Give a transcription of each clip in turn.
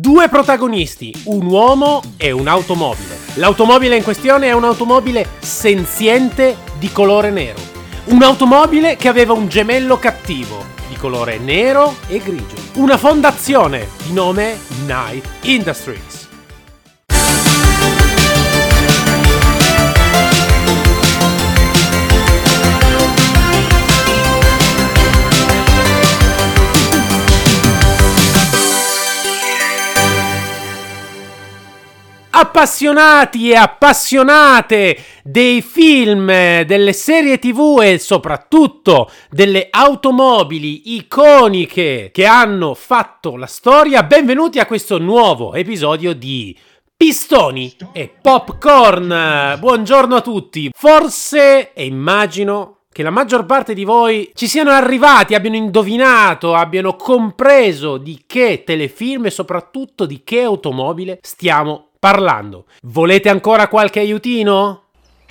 due protagonisti, un uomo e un'automobile. L'automobile in questione è un'automobile senziente di colore nero. Un'automobile che aveva un gemello cattivo di colore nero e grigio. Una fondazione di nome Knight Industries. Appassionati e appassionate dei film, delle serie TV e soprattutto delle automobili iconiche che hanno fatto la storia, benvenuti a questo nuovo episodio di Pistoni e Popcorn. Buongiorno a tutti. Forse e immagino che la maggior parte di voi ci siano arrivati, abbiano indovinato, abbiano compreso di che telefilm e soprattutto di che automobile stiamo parlando. Volete ancora qualche aiutino?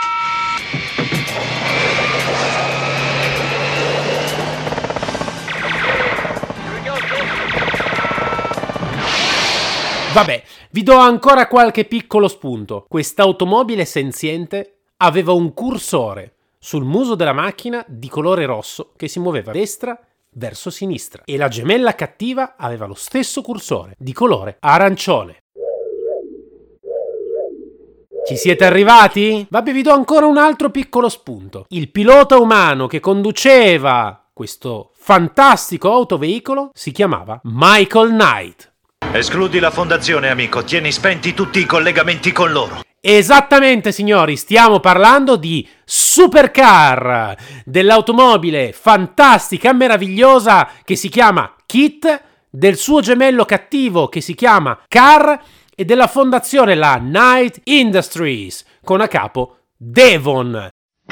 Vabbè, vi do ancora qualche piccolo spunto. Quest'automobile senziente aveva un cursore sul muso della macchina di colore rosso che si muoveva da destra verso sinistra e la gemella cattiva aveva lo stesso cursore di colore arancione. Ci siete arrivati? Vabbè, vi do ancora un altro piccolo spunto. Il pilota umano che conduceva questo fantastico autoveicolo si chiamava Michael Knight. Escludi la fondazione, amico. Tieni spenti tutti i collegamenti con loro. Esattamente, signori, stiamo parlando di Supercar, dell'automobile fantastica e meravigliosa che si chiama KITT, del suo gemello cattivo che si chiama Car e della fondazione la Knight Industries, con a capo Devon.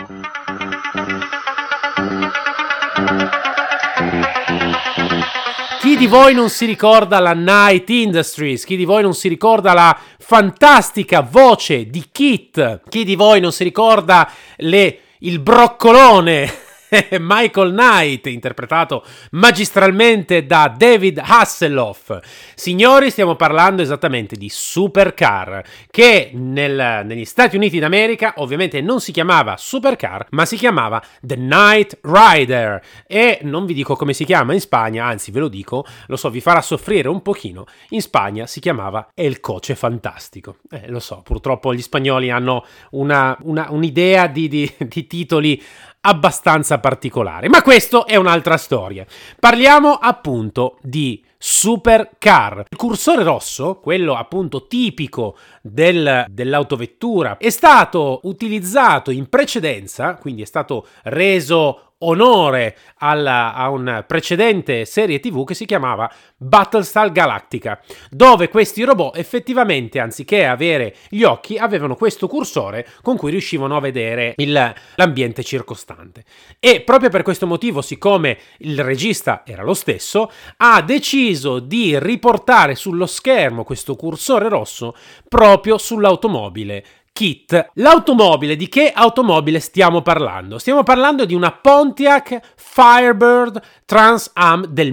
Chi di voi non si ricorda la Knight Industries? Chi di voi non si ricorda la fantastica voce di KITT? Chi di voi non si ricorda il broccolone Michael Knight, interpretato magistralmente da David Hasselhoff? Signori, stiamo parlando esattamente di Supercar, che negli Stati Uniti d'America ovviamente non si chiamava Supercar, ma si chiamava The Knight Rider. E non vi dico come si chiama in Spagna, anzi ve lo dico, lo so, vi farà soffrire un pochino. In Spagna si chiamava El Coche Fantastico. Lo so, purtroppo gli spagnoli hanno un'idea di titoli abbastanza particolare, ma questo è un'altra storia. Parliamo appunto di Supercar. Il cursore rosso, quello appunto tipico dell'autovettura, è stato utilizzato in precedenza, quindi è stato reso onore a un precedente serie TV che si chiamava Battlestar Galactica, dove questi robot effettivamente, anziché avere gli occhi, avevano questo cursore con cui riuscivano a vedere l'ambiente circostante. E proprio per questo motivo, siccome il regista era lo stesso, ha deciso di riportare sullo schermo questo cursore rosso proprio sull'automobile KITT. L'automobile, di che automobile stiamo parlando? Stiamo parlando di una Pontiac Firebird Trans Am del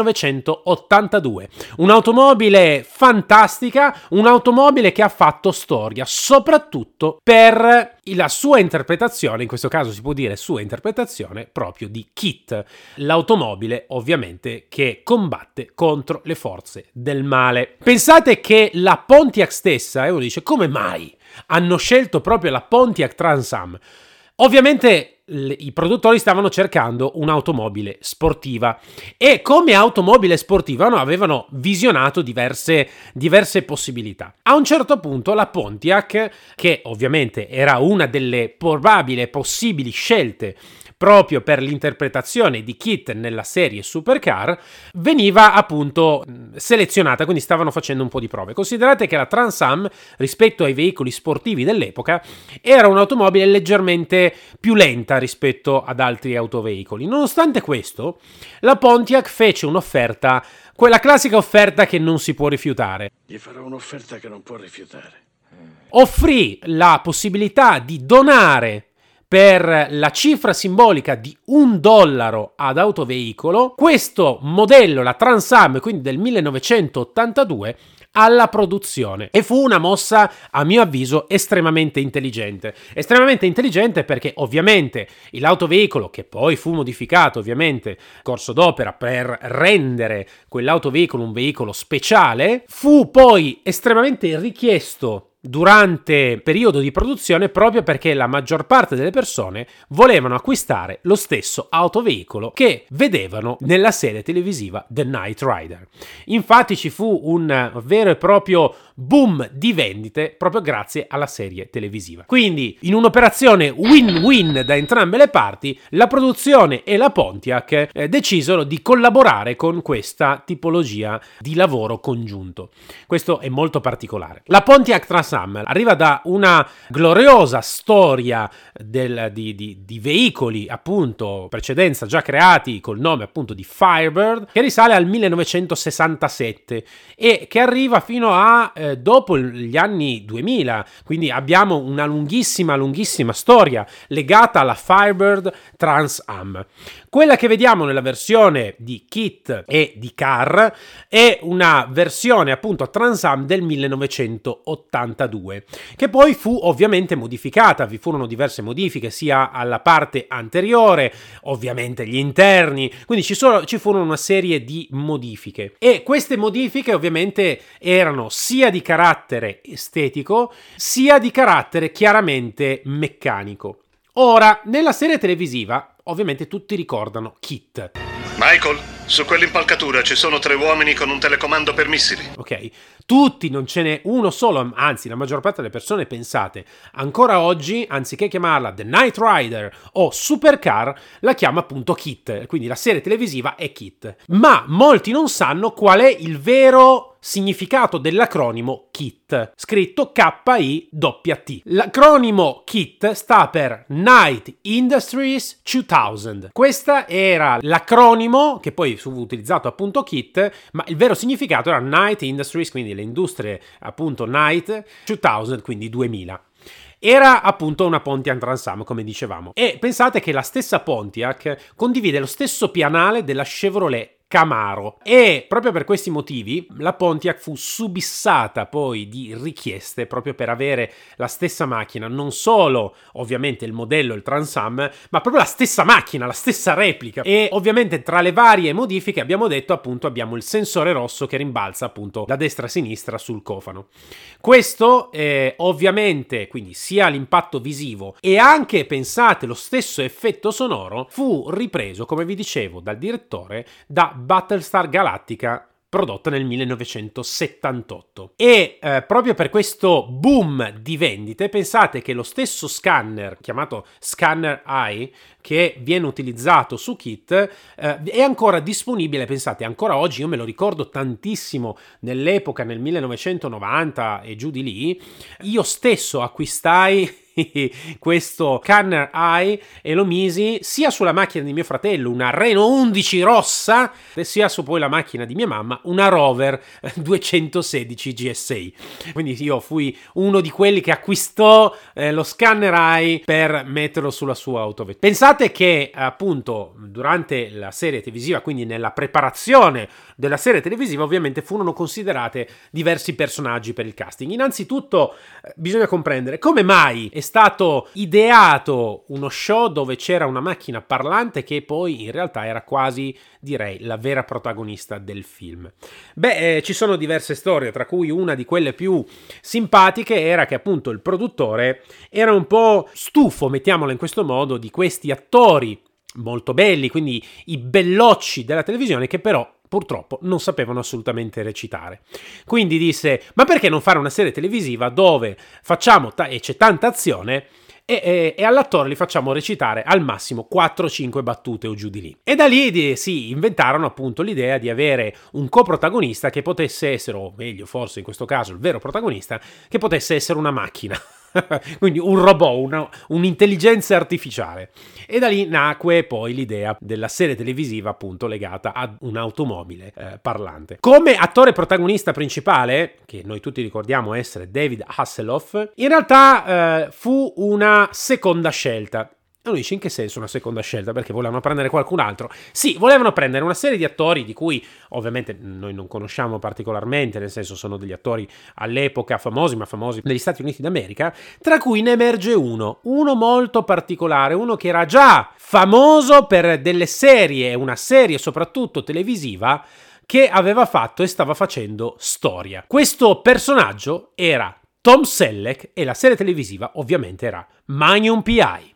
1982. Un'automobile fantastica, un'automobile che ha fatto storia, soprattutto per la sua interpretazione, in questo caso si può dire sua interpretazione, proprio di KITT, l'automobile ovviamente che combatte contro le forze del male. Pensate che la Pontiac stessa, e uno dice, come mai hanno scelto proprio la Pontiac Trans Am? Ovviamente i produttori stavano cercando un'automobile sportiva e come automobile sportiva avevano visionato diverse possibilità. A un certo punto la Pontiac, che ovviamente era una delle probabili e possibili scelte proprio per l'interpretazione di KITT nella serie Supercar, veniva appunto selezionata, quindi stavano facendo un po' di prove. Considerate che la Trans Am, rispetto ai veicoli sportivi dell'epoca, era un'automobile leggermente più lenta rispetto ad altri autoveicoli. Nonostante questo, la Pontiac fece un'offerta, quella classica offerta che non si può rifiutare. Gli farò un'offerta che non può rifiutare. Offrì la possibilità di donare per la cifra simbolica di $1 ad autoveicolo questo modello, la Trans Am, quindi del 1982, alla produzione, e fu una mossa a mio avviso estremamente intelligente perché ovviamente l'autoveicolo, che poi fu modificato ovviamente in corso d'opera per rendere quell'autoveicolo un veicolo speciale, fu poi estremamente richiesto durante il periodo di produzione proprio perché la maggior parte delle persone volevano acquistare lo stesso autoveicolo che vedevano nella serie televisiva The Knight Rider. Infatti ci fu un vero e proprio boom di vendite proprio grazie alla serie televisiva. Quindi, in un'operazione win-win da entrambe le parti, la produzione e la Pontiac decisero di collaborare con questa tipologia di lavoro congiunto. Questo è molto particolare. La Pontiac Trans Am arriva da una gloriosa storia di veicoli appunto precedenza già creati col nome appunto di Firebird, che risale al 1967 e che arriva fino a dopo gli anni 2000, quindi abbiamo una lunghissima storia legata alla Firebird Trans Am. Quella che vediamo nella versione di KITT e di Car è una versione appunto Trans Am del 1982, che poi fu ovviamente modificata. Vi furono diverse modifiche sia alla parte anteriore, ovviamente gli interni, quindi ci furono una serie di modifiche, e queste modifiche ovviamente erano sia di carattere estetico sia di carattere chiaramente meccanico. Ora, nella serie televisiva ovviamente tutti ricordano KITT. Michael, su quell'impalcatura ci sono 3 uomini con un telecomando per missili. Ok, tutti, non ce n'è uno solo, anzi la maggior parte delle persone, pensate, ancora oggi, anziché chiamarla The Knight Rider o Supercar, la chiama appunto KITT, quindi la serie televisiva è KITT. Ma molti non sanno qual è il vero significato dell'acronimo KITT, scritto KITT. L'acronimo KITT sta per Knight Industries 2000. Questa era l'acronimo che poi fu utilizzato appunto KITT, ma il vero significato era Knight Industries, quindi le industrie appunto Knight 2000, quindi 2000. Era appunto una Pontiac Trans Am, come dicevamo. E pensate che la stessa Pontiac condivide lo stesso pianale della Chevrolet Camaro, e proprio per questi motivi la Pontiac fu subissata poi di richieste proprio per avere la stessa macchina, non solo ovviamente il modello, il Trans Am, ma proprio la stessa macchina, la stessa replica. E ovviamente tra le varie modifiche abbiamo detto appunto abbiamo il sensore rosso che rimbalza appunto da destra a sinistra sul cofano. Questo ovviamente, quindi sia l'impatto visivo e anche, pensate, lo stesso effetto sonoro fu ripreso, come vi dicevo, dal direttore da Battlestar Galactica, prodotta nel 1978. E proprio per questo boom di vendite, pensate che lo stesso scanner chiamato Scanner Eye, che viene utilizzato su KITT, è ancora disponibile. Pensate, ancora oggi, io me lo ricordo tantissimo nell'epoca, nel 1990 e giù di lì, io stesso acquistai questo Scanner Eye e lo misi sia sulla macchina di mio fratello, una Renault 11 rossa, sia su poi la macchina di mia mamma, una Rover 216 GSA. Quindi io fui uno di quelli che acquistò lo Scanner Eye per metterlo sulla sua autovettura. Pensate che appunto durante la serie televisiva, quindi nella preparazione della serie televisiva, ovviamente furono considerate diversi personaggi per il casting. Innanzitutto bisogna comprendere come mai è stato ideato uno show dove c'era una macchina parlante che poi in realtà era quasi, direi, la vera protagonista del film. Ci sono diverse storie, tra cui una di quelle più simpatiche era che appunto il produttore era un po' stufo, mettiamola in questo modo, di questi attori molto belli, quindi i bellocci della televisione, che però purtroppo non sapevano assolutamente recitare. Quindi disse: ma perché non fare una serie televisiva dove facciamo e c'è tanta azione e all'attore li facciamo recitare al massimo 4-5 battute o giù di lì. E da lì si inventarono appunto l'idea di avere un coprotagonista che potesse essere, o meglio forse in questo caso il vero protagonista, che potesse essere una macchina. Quindi un robot, un'intelligenza artificiale. E da lì nacque poi l'idea della serie televisiva appunto legata ad un'automobile parlante. Come attore protagonista principale, che noi tutti ricordiamo essere David Hasselhoff, in realtà fu una seconda scelta. E uno dice: in che senso una seconda scelta? Perché volevano prendere qualcun altro? Sì, volevano prendere una serie di attori di cui ovviamente noi non conosciamo particolarmente, nel senso sono degli attori all'epoca famosi, ma famosi negli Stati Uniti d'America, tra cui ne emerge uno molto particolare, uno che era già famoso per delle serie, una serie soprattutto televisiva, che aveva fatto e stava facendo storia. Questo personaggio era Tom Selleck e la serie televisiva ovviamente era Magnum P.I.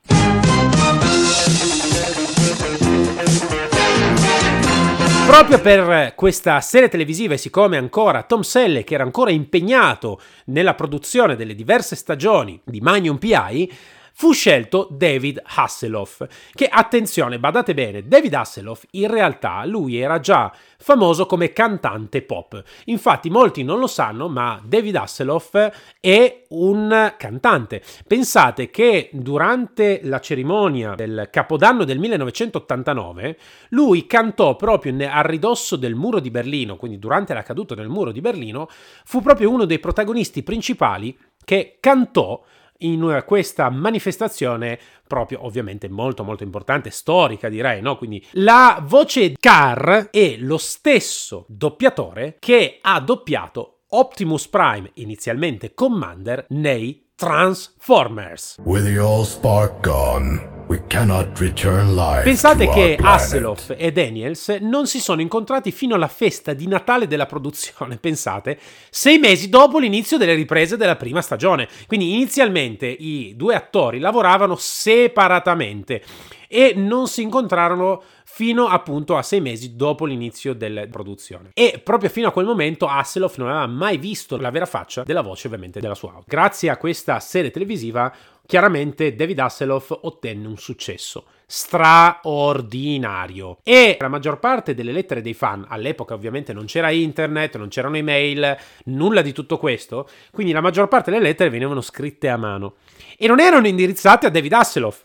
Proprio per questa serie televisiva, e siccome ancora Tom Selleck era ancora impegnato nella produzione delle diverse stagioni di Magnum P.I., fu scelto David Hasselhoff, che, attenzione, badate bene, David Hasselhoff in realtà lui era già famoso come cantante pop. Infatti molti non lo sanno, ma David Hasselhoff è un cantante. Pensate che durante la cerimonia del Capodanno del 1989 lui cantò proprio a ridosso del muro di Berlino, quindi durante la caduta del muro di Berlino, fu proprio uno dei protagonisti principali che cantò in questa manifestazione proprio ovviamente molto molto importante, storica direi, no? Quindi la voce Carr è lo stesso doppiatore che ha doppiato Optimus Prime, inizialmente Commander, nei Transformers. With the Allspark gone, we cannot return life. Pensate to che our planet. Hasselhoff e Daniels non si sono incontrati fino alla festa di Natale della produzione, pensate, 6 mesi dopo l'inizio delle riprese della prima stagione. Quindi inizialmente i due attori lavoravano separatamente e non si incontrarono fino appunto a 6 mesi dopo l'inizio della produzione. E proprio fino a quel momento Hasselhoff non aveva mai visto la vera faccia della voce ovviamente della sua auto. Grazie a questa serie televisiva chiaramente David Hasselhoff ottenne un successo straordinario e la maggior parte delle lettere dei fan, all'epoca ovviamente non c'era internet, non c'erano email, nulla di tutto questo, quindi la maggior parte delle lettere venivano scritte a mano e non erano indirizzate a David Hasselhoff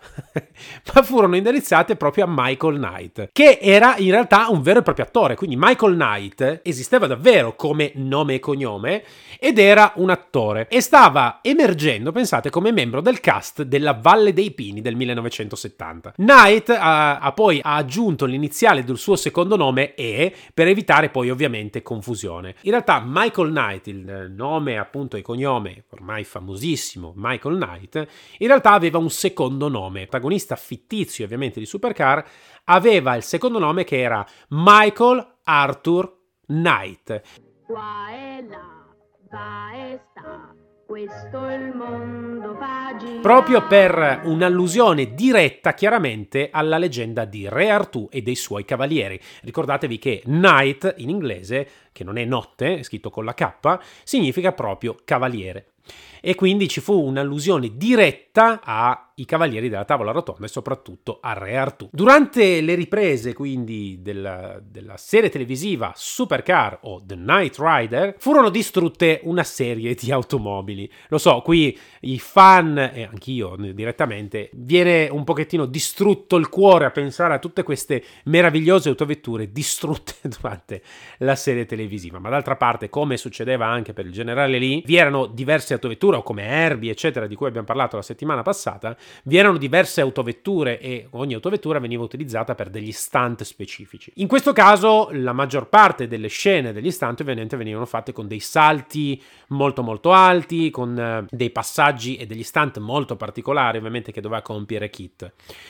ma furono indirizzate proprio a Michael Knight, che era in realtà un vero e proprio attore. Quindi Michael Knight esisteva davvero come nome e cognome ed era un attore e stava emergendo, pensate, come membro del cast della Valle dei Pini del 1970. Knight ha poi aggiunto l'iniziale del suo secondo nome E per evitare poi ovviamente confusione. In realtà Michael Knight, il nome appunto e cognome ormai famosissimo Michael Knight, in realtà aveva un secondo nome. Protagonista fittizio ovviamente di Supercar aveva il secondo nome che era Michael Arthur Knight. Qua e là, va e sta, questo è il mondo fa girare. Proprio per un'allusione diretta chiaramente alla leggenda di Re Artù e dei suoi cavalieri. Ricordatevi che Knight in inglese, che non è notte, è scritto con la K, significa proprio cavaliere. E quindi ci fu un'allusione diretta ai Cavalieri della Tavola Rotonda e soprattutto a Re Artù. Durante le riprese quindi della serie televisiva Supercar o The Knight Rider furono distrutte una serie di automobili. Lo so, qui i fan e anch'io direttamente viene un pochettino distrutto il cuore a pensare a tutte queste meravigliose autovetture distrutte durante la serie televisiva, ma d'altra parte, come succedeva anche per il generale Lee, vi erano diverse autovetture o come Herbie eccetera di cui abbiamo parlato la settimana passata, vi erano diverse autovetture e ogni autovettura veniva utilizzata per degli stunt specifici. In questo caso la maggior parte delle scene degli stunt ovviamente venivano fatte con dei salti molto molto alti, con dei passaggi e degli stunt molto particolari ovviamente che doveva compiere Kit.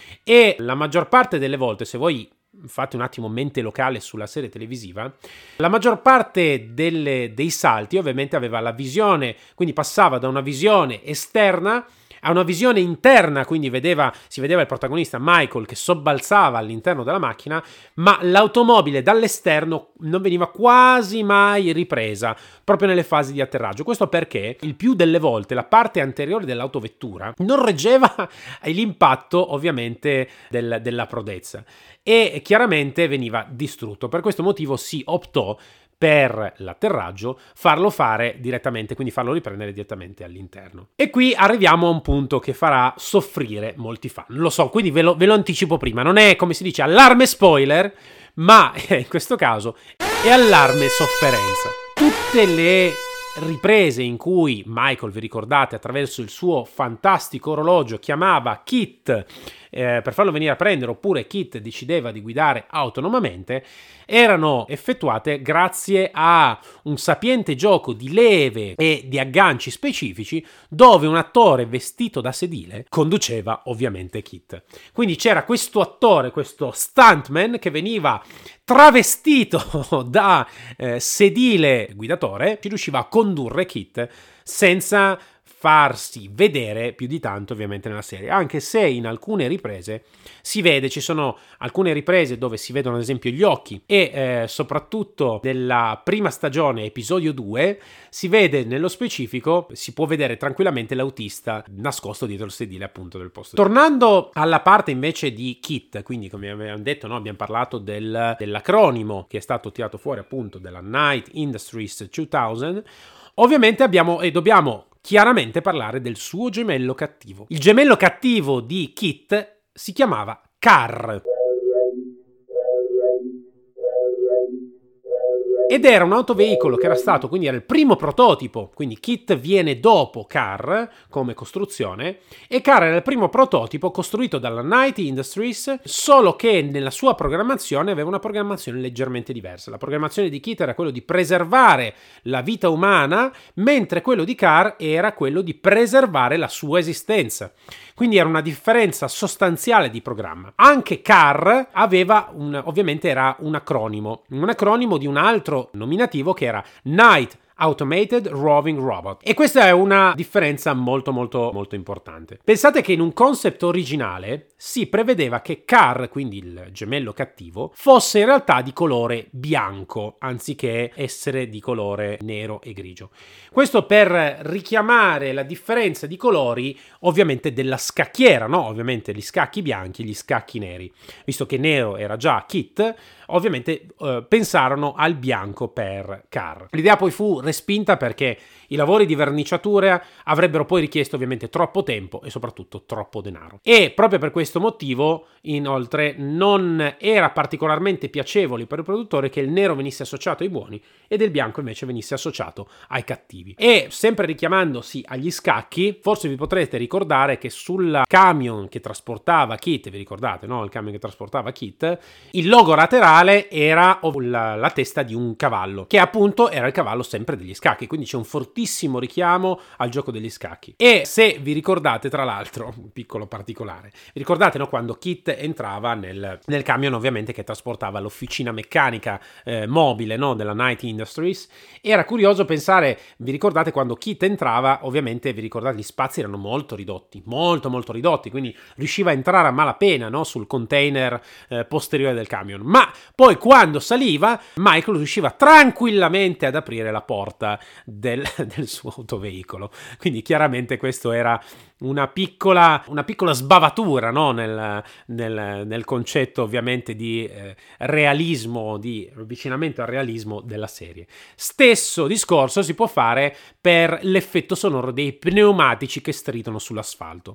E la maggior parte delle volte, se voi fate un attimo mente locale sulla serie televisiva, la maggior parte dei salti ovviamente aveva la visione, quindi passava da una visione esterna a una visione interna, quindi si vedeva il protagonista Michael che sobbalzava all'interno della macchina, ma l'automobile dall'esterno non veniva quasi mai ripresa proprio nelle fasi di atterraggio. Questo perché il più delle volte la parte anteriore dell'autovettura non reggeva l'impatto ovviamente della prodezza e chiaramente veniva distrutto. Per questo motivo si optò per l'atterraggio farlo fare direttamente, quindi farlo riprendere direttamente all'interno. E qui arriviamo a un punto che farà soffrire molti fan, lo so, quindi ve lo anticipo prima, non è, come si dice, allarme spoiler, ma in questo caso è allarme sofferenza. Tutte le riprese in cui Michael, vi ricordate, attraverso il suo fantastico orologio chiamava Kit per farlo venire a prendere, oppure Kit decideva di guidare autonomamente, erano effettuate grazie a un sapiente gioco di leve e di agganci specifici, dove un attore vestito da sedile conduceva ovviamente Kit. Quindi c'era questo attore, questo stuntman, che veniva travestito da sedile guidatore, ci riusciva a condurre Kit senza farsi vedere più di tanto ovviamente nella serie, anche se in alcune riprese si vede, ci sono alcune riprese dove si vedono ad esempio gli occhi e soprattutto nella prima stagione, episodio 2, si vede nello specifico, si può vedere tranquillamente l'autista nascosto dietro il sedile appunto del posto. Tornando alla parte invece di Kit, quindi come abbiamo detto, no, abbiamo parlato dell'acronimo che è stato tirato fuori appunto della Night Industries 2000. Ovviamente dobbiamo chiaramente parlare del suo gemello cattivo. Il gemello cattivo di Kit si chiamava Carr. Ed era un autoveicolo che era stato, quindi era il primo prototipo, quindi Kit viene dopo Carr come costruzione, e Carr era il primo prototipo costruito dalla Night Industries, solo che nella sua programmazione aveva una programmazione leggermente diversa. La programmazione di Kit era quello di preservare la vita umana, mentre quello di Carr era quello di preservare la sua esistenza. Quindi era una differenza sostanziale di programma. Anche Carr aveva ovviamente era un acronimo di un altro nominativo che era Night Automated Roving Robot, e questa è una differenza molto molto molto importante. Pensate che in un concept originale si prevedeva che Carr, quindi il gemello cattivo, fosse in realtà di colore bianco anziché essere di colore nero e grigio. Questo per richiamare la differenza di colori ovviamente della scacchiera, no? Ovviamente gli scacchi bianchi e gli scacchi neri. Visto che nero era già Kit, ovviamente pensarono al bianco per Carr. L'idea poi fu respinta perché i lavori di verniciatura avrebbero poi richiesto ovviamente troppo tempo e soprattutto troppo denaro. E proprio per questo motivo, inoltre, non era particolarmente piacevole per il produttore che il nero venisse associato ai buoni ed il bianco invece venisse associato ai cattivi. E sempre richiamandosi agli scacchi, forse vi potrete ricordare che sul camion che trasportava Kit, vi ricordate, no? Il camion che trasportava Kit, il logo laterale era la testa di un cavallo, che appunto era il cavallo sempre degli scacchi, quindi c'è un fortissimo richiamo al gioco degli scacchi. E se vi ricordate, tra l'altro, un piccolo particolare, vi ricordate, no, quando Kit entrava nel camion ovviamente che trasportava l'officina meccanica mobile, no, della Night Industries, era curioso pensare, vi ricordate quando Kit entrava, ovviamente vi ricordate gli spazi erano molto ridotti, molto molto ridotti, quindi riusciva a entrare a malapena, no, sul container posteriore del camion, ma poi quando saliva Michael riusciva tranquillamente ad aprire la porta del suo autoveicolo. Quindi chiaramente questo era una piccola sbavatura, no? nel concetto ovviamente di realismo, di avvicinamento al realismo della serie. Stesso discorso si può fare per l'effetto sonoro dei pneumatici che stridono sull'asfalto.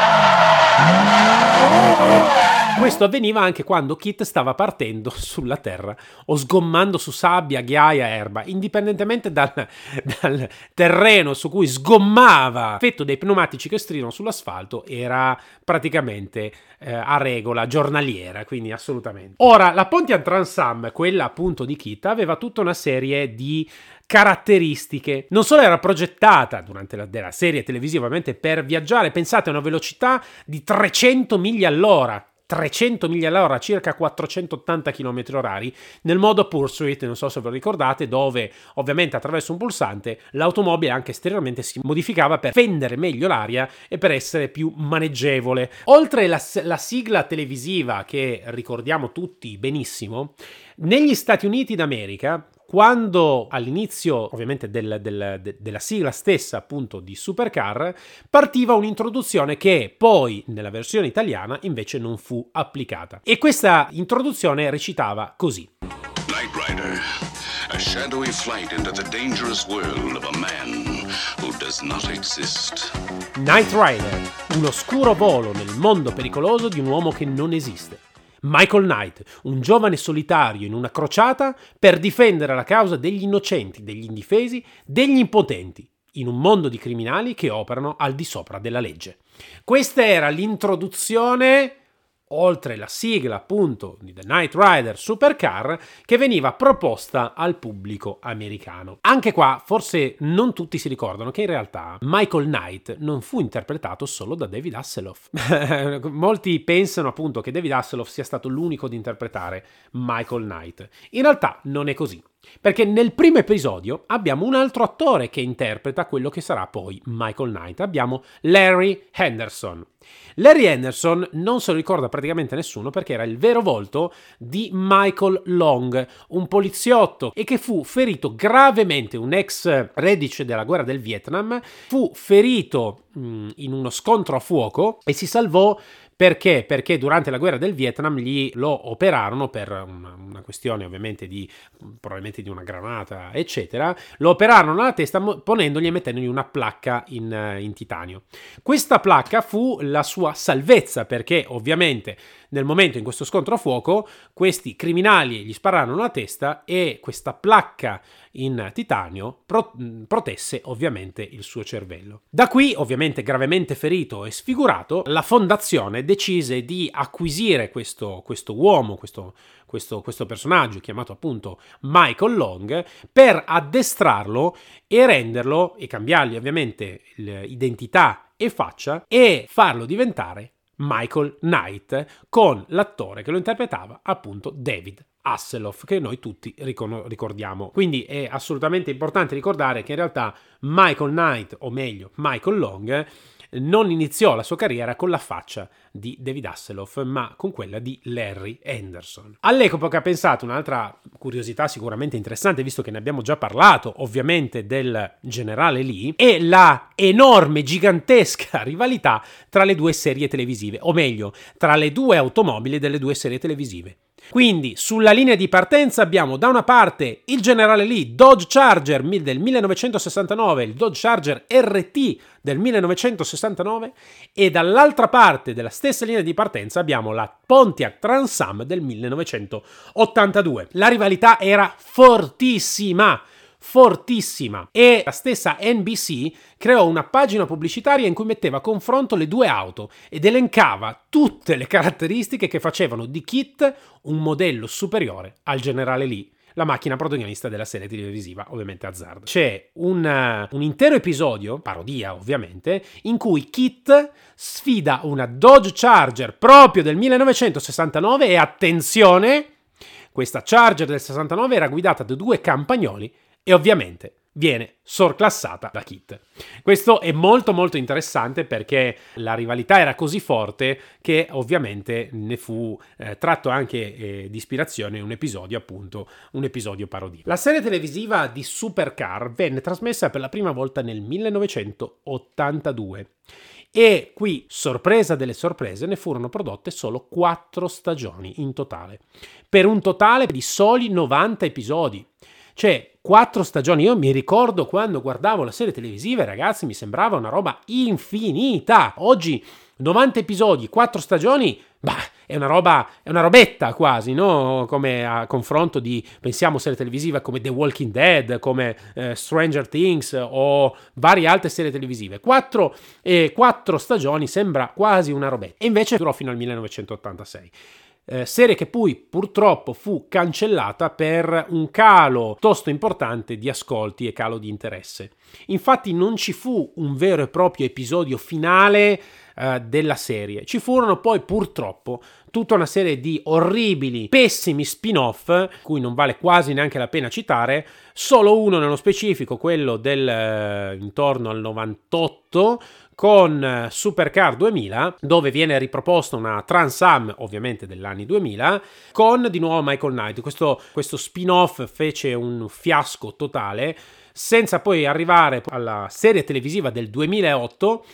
Questo avveniva anche quando Kit stava partendo sulla terra o sgommando su sabbia, ghiaia, erba, indipendentemente dal terreno su cui sgommava. L'effetto dei pneumatici che stridono sull'asfalto era praticamente a regola giornaliera, quindi assolutamente. Ora, la Pontiac Trans Am, quella appunto di Kit, aveva tutta una serie di caratteristiche. Non solo era progettata durante la serie televisiva ovviamente per viaggiare, pensate a una velocità di 300 miglia all'ora, circa 480 km orari, nel modo Pursuit, non so se ve lo ricordate, dove ovviamente attraverso un pulsante l'automobile anche esteriormente si modificava per fendere meglio l'aria e per essere più maneggevole. Oltre la sigla televisiva che ricordiamo tutti benissimo, negli Stati Uniti d'America, quando all'inizio ovviamente della sigla stessa appunto di Supercar partiva un'introduzione che poi nella versione italiana invece non fu applicata, e questa introduzione recitava così: Knight Rider, a shadowy flight into the dangerous world of a man who does not exist. Knight Rider, un oscuro volo nel mondo pericoloso di un uomo che non esiste. Michael Knight, un giovane solitario in una crociata per difendere la causa degli innocenti, degli indifesi, degli impotenti, in un mondo di criminali che operano al di sopra della legge. Questa era l'introduzione oltre la sigla appunto di The Knight Rider Supercar che veniva proposta al pubblico americano. Anche qua forse non tutti si ricordano che in realtà Michael Knight non fu interpretato solo da David Hasselhoff. Molti pensano appunto che David Hasselhoff sia stato l'unico ad interpretare Michael Knight. In realtà non è così. Perché nel primo episodio abbiamo un altro attore che interpreta quello che sarà poi Michael Knight. Abbiamo Larry Henderson. Larry Henderson non se lo ricorda praticamente nessuno perché era il vero volto di Michael Long, un poliziotto e che fu ferito gravemente, un ex reduce della guerra del Vietnam, fu ferito in uno scontro a fuoco e si salvò. Perché? Perché durante la guerra del Vietnam lo operarono per una questione ovviamente probabilmente di una granata, eccetera. Lo operarono alla testa ponendogli e mettendogli una placca in titanio. Questa placca fu la sua salvezza perché ovviamente nel momento in questo scontro a fuoco questi criminali gli spararono alla testa e questa placca in titanio protesse ovviamente il suo cervello. Da qui, ovviamente gravemente ferito e sfigurato, la fondazione decise di acquisire questo uomo, questo personaggio chiamato appunto Michael Long, per addestrarlo e renderlo e cambiargli ovviamente identità e faccia e farlo diventare Michael Knight con l'attore che lo interpretava appunto David Hasselhoff, che noi tutti ricordiamo. Quindi è assolutamente importante ricordare che in realtà Michael Knight, o meglio Michael Long, non iniziò la sua carriera con la faccia di David Hasselhoff, ma con quella di Larry Henderson. All'epoca, pensate, un'altra curiosità sicuramente interessante, visto che ne abbiamo già parlato, ovviamente, del generale Lee, è la enorme, gigantesca rivalità tra le due serie televisive, o meglio, tra le due automobili delle due serie televisive. Quindi sulla linea di partenza abbiamo da una parte il generale Lee Dodge Charger del 1969, il Dodge Charger RT del 1969 e dall'altra parte della stessa linea di partenza abbiamo la Pontiac Trans Am del 1982. La rivalità era fortissima e la stessa NBC creò una pagina pubblicitaria in cui metteva a confronto le due auto ed elencava tutte le caratteristiche che facevano di KITT un modello superiore al generale Lee, la macchina protagonista della serie televisiva, ovviamente Hazard. C'è un intero episodio, parodia ovviamente, in cui KITT sfida una Dodge Charger proprio del 1969 e attenzione, questa Charger del 69 era guidata da due campagnoli e ovviamente viene sorclassata da KITT. Questo è molto molto interessante perché la rivalità era così forte che ovviamente ne fu tratto anche di ispirazione un episodio parodia. La serie televisiva di Supercar venne trasmessa per la prima volta nel 1982 e qui, sorpresa delle sorprese, ne furono prodotte solo 4 stagioni in totale, per un totale di soli 90 episodi. Cioè, 4 stagioni. Io mi ricordo quando guardavo la serie televisiva, ragazzi, mi sembrava una roba infinita. Oggi 90 episodi, 4 stagioni, è una robetta quasi, no? Come a confronto di, pensiamo, serie televisive come The Walking Dead, come Stranger Things o varie altre serie televisive. 4 stagioni sembra quasi una robetta. E invece durò fino al 1986. Serie che poi purtroppo fu cancellata per un calo piuttosto importante di ascolti e calo di interesse. Infatti non ci fu un vero e proprio episodio finale della serie. Ci furono poi purtroppo tutta una serie di orribili, pessimi spin-off, cui non vale quasi neanche la pena citare, solo uno nello specifico, quello del intorno al 98, con Supercar 2000, dove viene riproposta una Trans Am, ovviamente degli anni 2000, con di nuovo Michael Knight. Questo spin-off fece un fiasco totale, senza poi arrivare alla serie televisiva del 2008,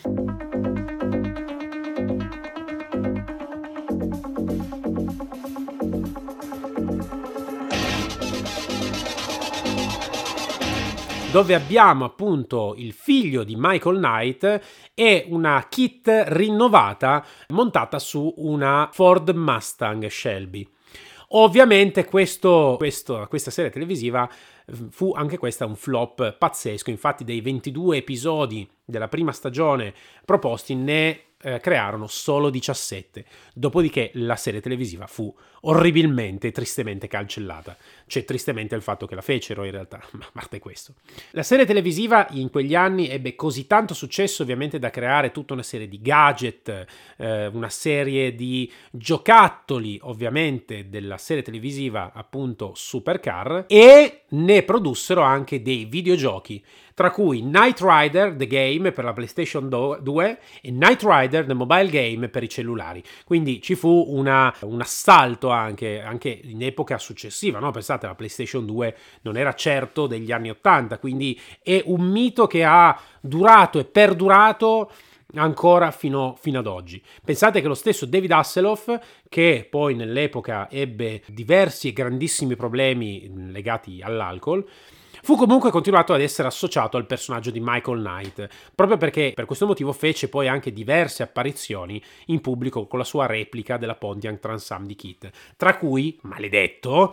dove abbiamo appunto il figlio di Michael Knight e una KITT rinnovata montata su una Ford Mustang Shelby. Ovviamente questa serie televisiva fu anche questa un flop pazzesco. Infatti dei 22 episodi della prima stagione proposti ne crearono solo 17, dopodiché la serie televisiva fu orribilmente e tristemente cancellata. C'è tristemente il fatto che la fecero in realtà, ma a parte questo. La serie televisiva in quegli anni ebbe così tanto successo ovviamente da creare tutta una serie di gadget, una serie di giocattoli ovviamente della serie televisiva appunto Supercar, e ne produssero anche dei videogiochi, tra cui Knight Rider The Game per la PlayStation 2 e Knight Rider The Mobile Game per i cellulari. Quindi ci fu un assalto anche in epoca successiva, no? Pensate, la PlayStation 2 non era certo degli anni 80, quindi è un mito che ha durato e perdurato ancora fino ad oggi. Pensate che lo stesso David Hasselhoff, che poi nell'epoca ebbe diversi e grandissimi problemi legati all'alcol, fu comunque continuato ad essere associato al personaggio di Michael Knight, proprio perché per questo motivo fece poi anche diverse apparizioni in pubblico con la sua replica della Pontiac Trans Am di KITT, tra cui, maledetto,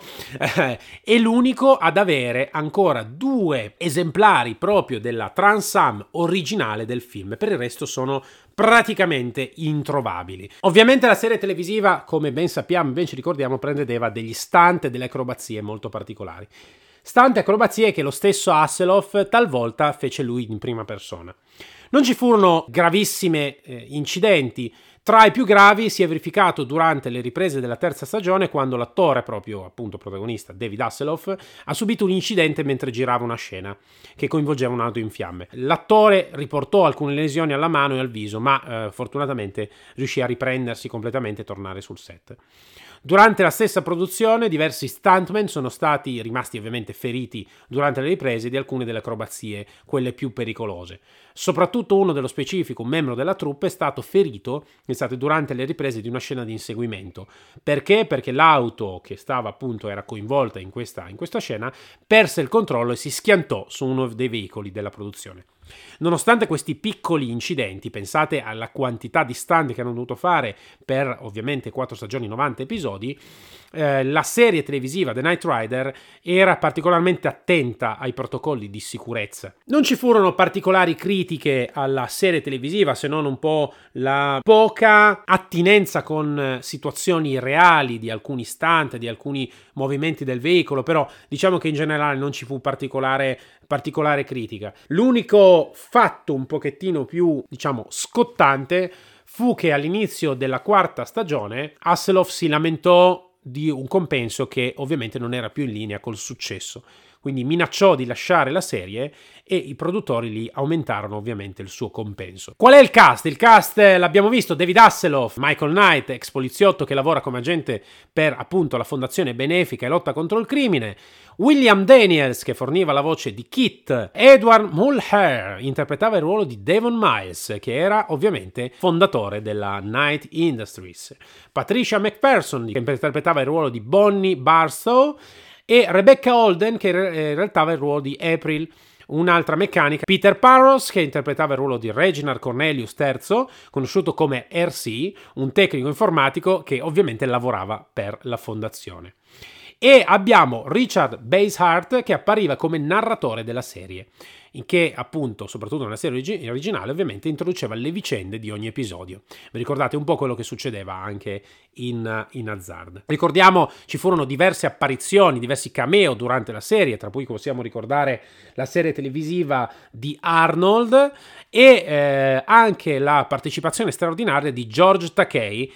è l'unico ad avere ancora 2 esemplari proprio della Trans Am originale del film, per il resto sono praticamente introvabili. Ovviamente la serie televisiva, come ben sappiamo, ben ci ricordiamo, prendeva degli stunt e delle acrobazie molto particolari. Stunt e acrobazie che lo stesso Hasselhoff talvolta fece lui in prima persona. Non ci furono gravissimi incidenti. Tra i più gravi si è verificato durante le riprese della terza stagione, quando l'attore, proprio appunto protagonista, David Hasselhoff, ha subito un incidente mentre girava una scena che coinvolgeva un'auto in fiamme. L'attore riportò alcune lesioni alla mano e al viso, ma fortunatamente riuscì a riprendersi completamente e tornare sul set. Durante la stessa produzione diversi stuntman sono rimasti ovviamente feriti durante le riprese di alcune delle acrobazie, quelle più pericolose. Soprattutto uno dello specifico, un membro della troupe, è stato ferito durante le riprese di una scena di inseguimento. Perché? Perché l'auto che era coinvolta in questa scena perse il controllo e si schiantò su uno dei veicoli della produzione. Nonostante questi piccoli incidenti, pensate alla quantità di stunt che hanno dovuto fare per ovviamente 4 stagioni, 90 episodi, la serie televisiva The Knight Rider era particolarmente attenta ai protocolli di sicurezza. Non ci furono particolari critiche alla serie televisiva, se non un po' la poca attinenza con situazioni reali di alcuni stunt, di alcuni movimenti del veicolo, però diciamo che in generale non ci fu particolare critica. L'unico fatto un pochettino più, scottante fu che all'inizio della 4ª stagione Hasselhoff si lamentò di un compenso che ovviamente non era più in linea col successo, quindi minacciò di lasciare la serie e i produttori lì aumentarono ovviamente il suo compenso. Qual è il cast? Il cast l'abbiamo visto: David Hasselhoff, Michael Knight, ex poliziotto che lavora come agente per appunto la fondazione benefica e lotta contro il crimine, William Daniels che forniva la voce di KITT, Edward Mulhern interpretava il ruolo di Devon Miles che era ovviamente fondatore della Knight Industries, Patricia McPherson che interpretava il ruolo di Bonnie Barstow e Rebecca Holden che interpretava il ruolo di April, un'altra meccanica, Peter Parros che interpretava il ruolo di Reginald Cornelius III, conosciuto come RC, un tecnico informatico che ovviamente lavorava per la fondazione. E abbiamo Richard Basehart che appariva come narratore della serie, in che appunto, soprattutto nella serie originale, ovviamente introduceva le vicende di ogni episodio. Vi ricordate un po' quello che succedeva anche in Hazard. Ricordiamo, ci furono diverse apparizioni, diversi cameo durante la serie, tra cui possiamo ricordare la serie televisiva di Arnold e anche la partecipazione straordinaria di George Takei,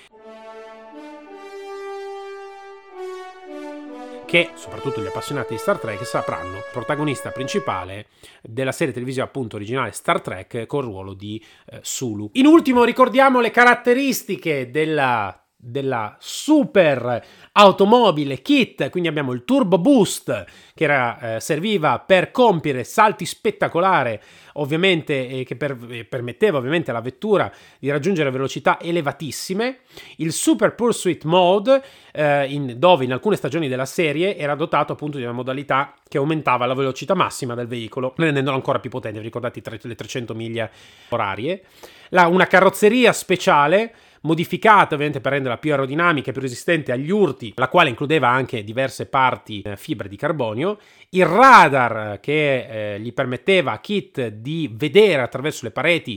che soprattutto gli appassionati di Star Trek sapranno, protagonista principale della serie televisiva appunto originale Star Trek col ruolo di Sulu. In ultimo ricordiamo le caratteristiche della super automobile KITT, quindi abbiamo il Turbo Boost che serviva per compiere salti spettacolari, ovviamente che permetteva ovviamente alla vettura di raggiungere velocità elevatissime, il Super Pursuit Mode dove in alcune stagioni della serie era dotato appunto di una modalità che aumentava la velocità massima del veicolo rendendolo ancora più potente. Vi ricordate le 300 miglia orarie? Una carrozzeria speciale modificata ovviamente per renderla più aerodinamica e più resistente agli urti, la quale includeva anche diverse parti fibre di carbonio, il radar che gli permetteva a KITT di vedere attraverso le pareti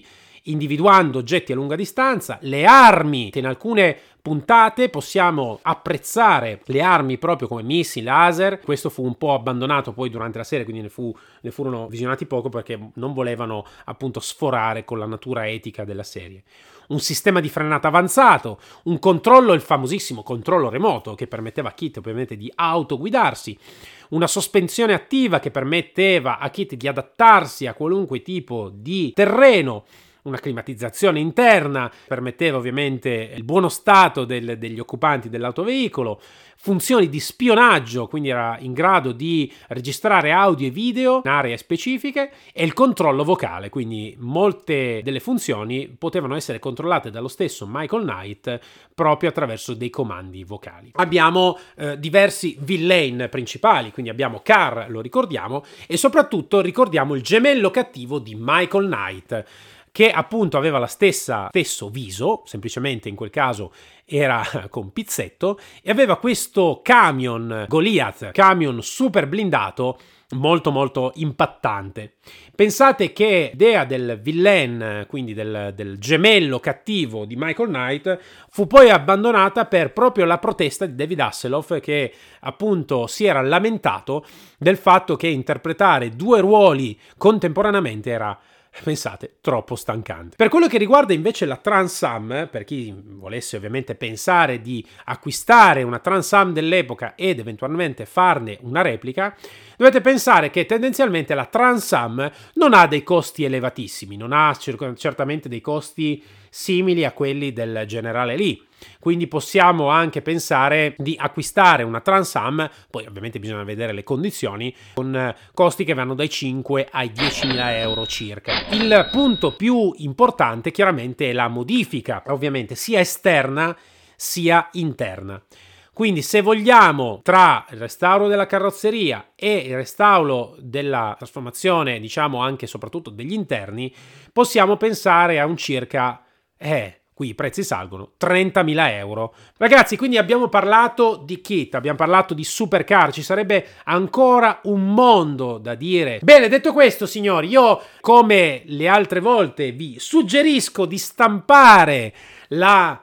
individuando oggetti a lunga distanza, le armi, che in alcune puntate possiamo apprezzare le armi proprio come missili, laser. Questo fu un po' abbandonato poi durante la serie, quindi ne furono visionati poco perché non volevano appunto sforare con la natura etica della serie. Un sistema di frenata avanzato, un controllo, il famosissimo controllo remoto che permetteva a Kit ovviamente di autoguidarsi, una sospensione attiva che permetteva a Kit di adattarsi a qualunque tipo di terreno, una climatizzazione interna, permetteva ovviamente il buono stato degli occupanti dell'autoveicolo, funzioni di spionaggio, quindi era in grado di registrare audio e video in aree specifiche, e il controllo vocale, quindi molte delle funzioni potevano essere controllate dallo stesso Michael Knight proprio attraverso dei comandi vocali. Abbiamo diversi villain principali, quindi abbiamo Carr, lo ricordiamo, e soprattutto ricordiamo il gemello cattivo di Michael Knight, che appunto aveva stesso viso, semplicemente in quel caso era con pizzetto, e aveva questo camion Goliath, camion super blindato, molto molto impattante. Pensate che l'idea del villain, quindi del gemello cattivo di Michael Knight, fu poi abbandonata per proprio la protesta di David Hasselhoff, che appunto si era lamentato del fatto che interpretare due ruoli contemporaneamente era, pensate, troppo stancante. Per quello che riguarda invece la Trans Am, per chi volesse ovviamente pensare di acquistare una Trans Am dell'epoca ed eventualmente farne una replica, dovete pensare che tendenzialmente la Trans Am non ha dei costi elevatissimi, non ha certamente dei costi simili a quelli del Generale Lee. Quindi possiamo anche pensare di acquistare una Trans Am, poi ovviamente bisogna vedere le condizioni, con costi che vanno dai 5 ai 10.000 euro circa. Il punto più importante chiaramente è la modifica, ovviamente sia esterna sia interna. Quindi se vogliamo, tra il restauro della carrozzeria e il restauro della trasformazione, diciamo anche e soprattutto degli interni, possiamo pensare a un circa qui i prezzi salgono, 30.000 euro. Ragazzi, quindi abbiamo parlato di kit, abbiamo parlato di supercar, ci sarebbe ancora un mondo da dire. Bene, detto questo, signori, io come le altre volte vi suggerisco di stampare la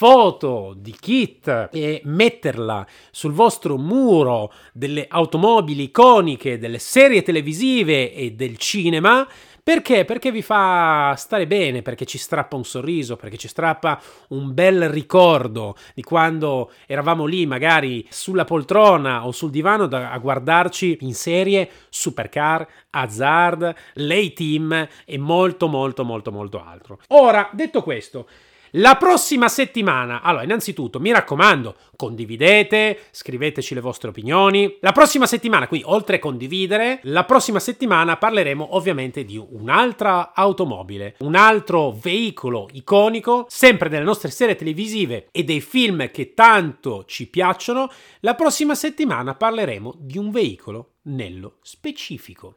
foto di Kit e metterla sul vostro muro delle automobili iconiche, delle serie televisive e del cinema. Perché? Perché vi fa stare bene, perché ci strappa un sorriso, perché ci strappa un bel ricordo di quando eravamo lì magari sulla poltrona o sul divano a guardarci in serie Supercar, Hazard, l'A-Team e molto molto molto molto altro. Ora, detto questo, la prossima settimana, allora innanzitutto mi raccomando, condividete, scriveteci le vostre opinioni. La prossima settimana, quindi oltre a condividere, la prossima settimana parleremo ovviamente di un'altra automobile, un altro veicolo iconico, sempre delle nostre serie televisive e dei film che tanto ci piacciono. La prossima settimana parleremo di un veicolo nello specifico.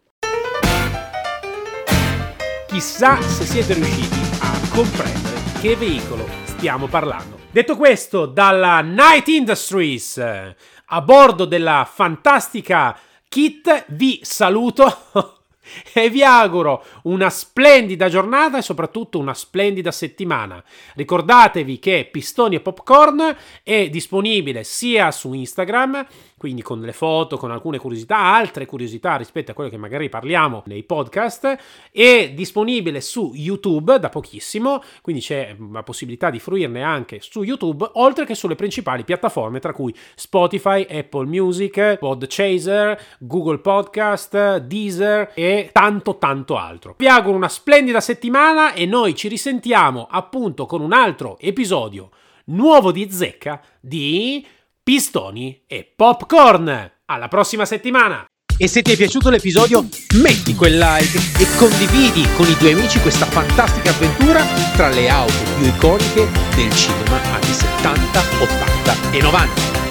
Chissà se siete riusciti a comprendere che veicolo stiamo parlando. Detto questo, dalla Knight Industries a bordo della fantastica Kit vi saluto e vi auguro una splendida giornata e soprattutto una splendida settimana. Ricordatevi che Pistoni e Popcorn è disponibile sia su Instagram, quindi con le foto, con alcune curiosità, altre curiosità rispetto a quello che magari parliamo nei podcast, è disponibile su YouTube da pochissimo, quindi c'è la possibilità di fruirne anche su YouTube, oltre che sulle principali piattaforme tra cui Spotify, Apple Music, Podchaser, Google Podcast, Deezer e tanto tanto altro. Vi auguro una splendida settimana e noi ci risentiamo appunto con un altro episodio nuovo di Zecca di Pistoni e Popcorn. Alla prossima settimana! E se ti è piaciuto l'episodio, metti quel like e condividi con i tuoi amici questa fantastica avventura tra le auto più iconiche del cinema anni 70, 80 e 90.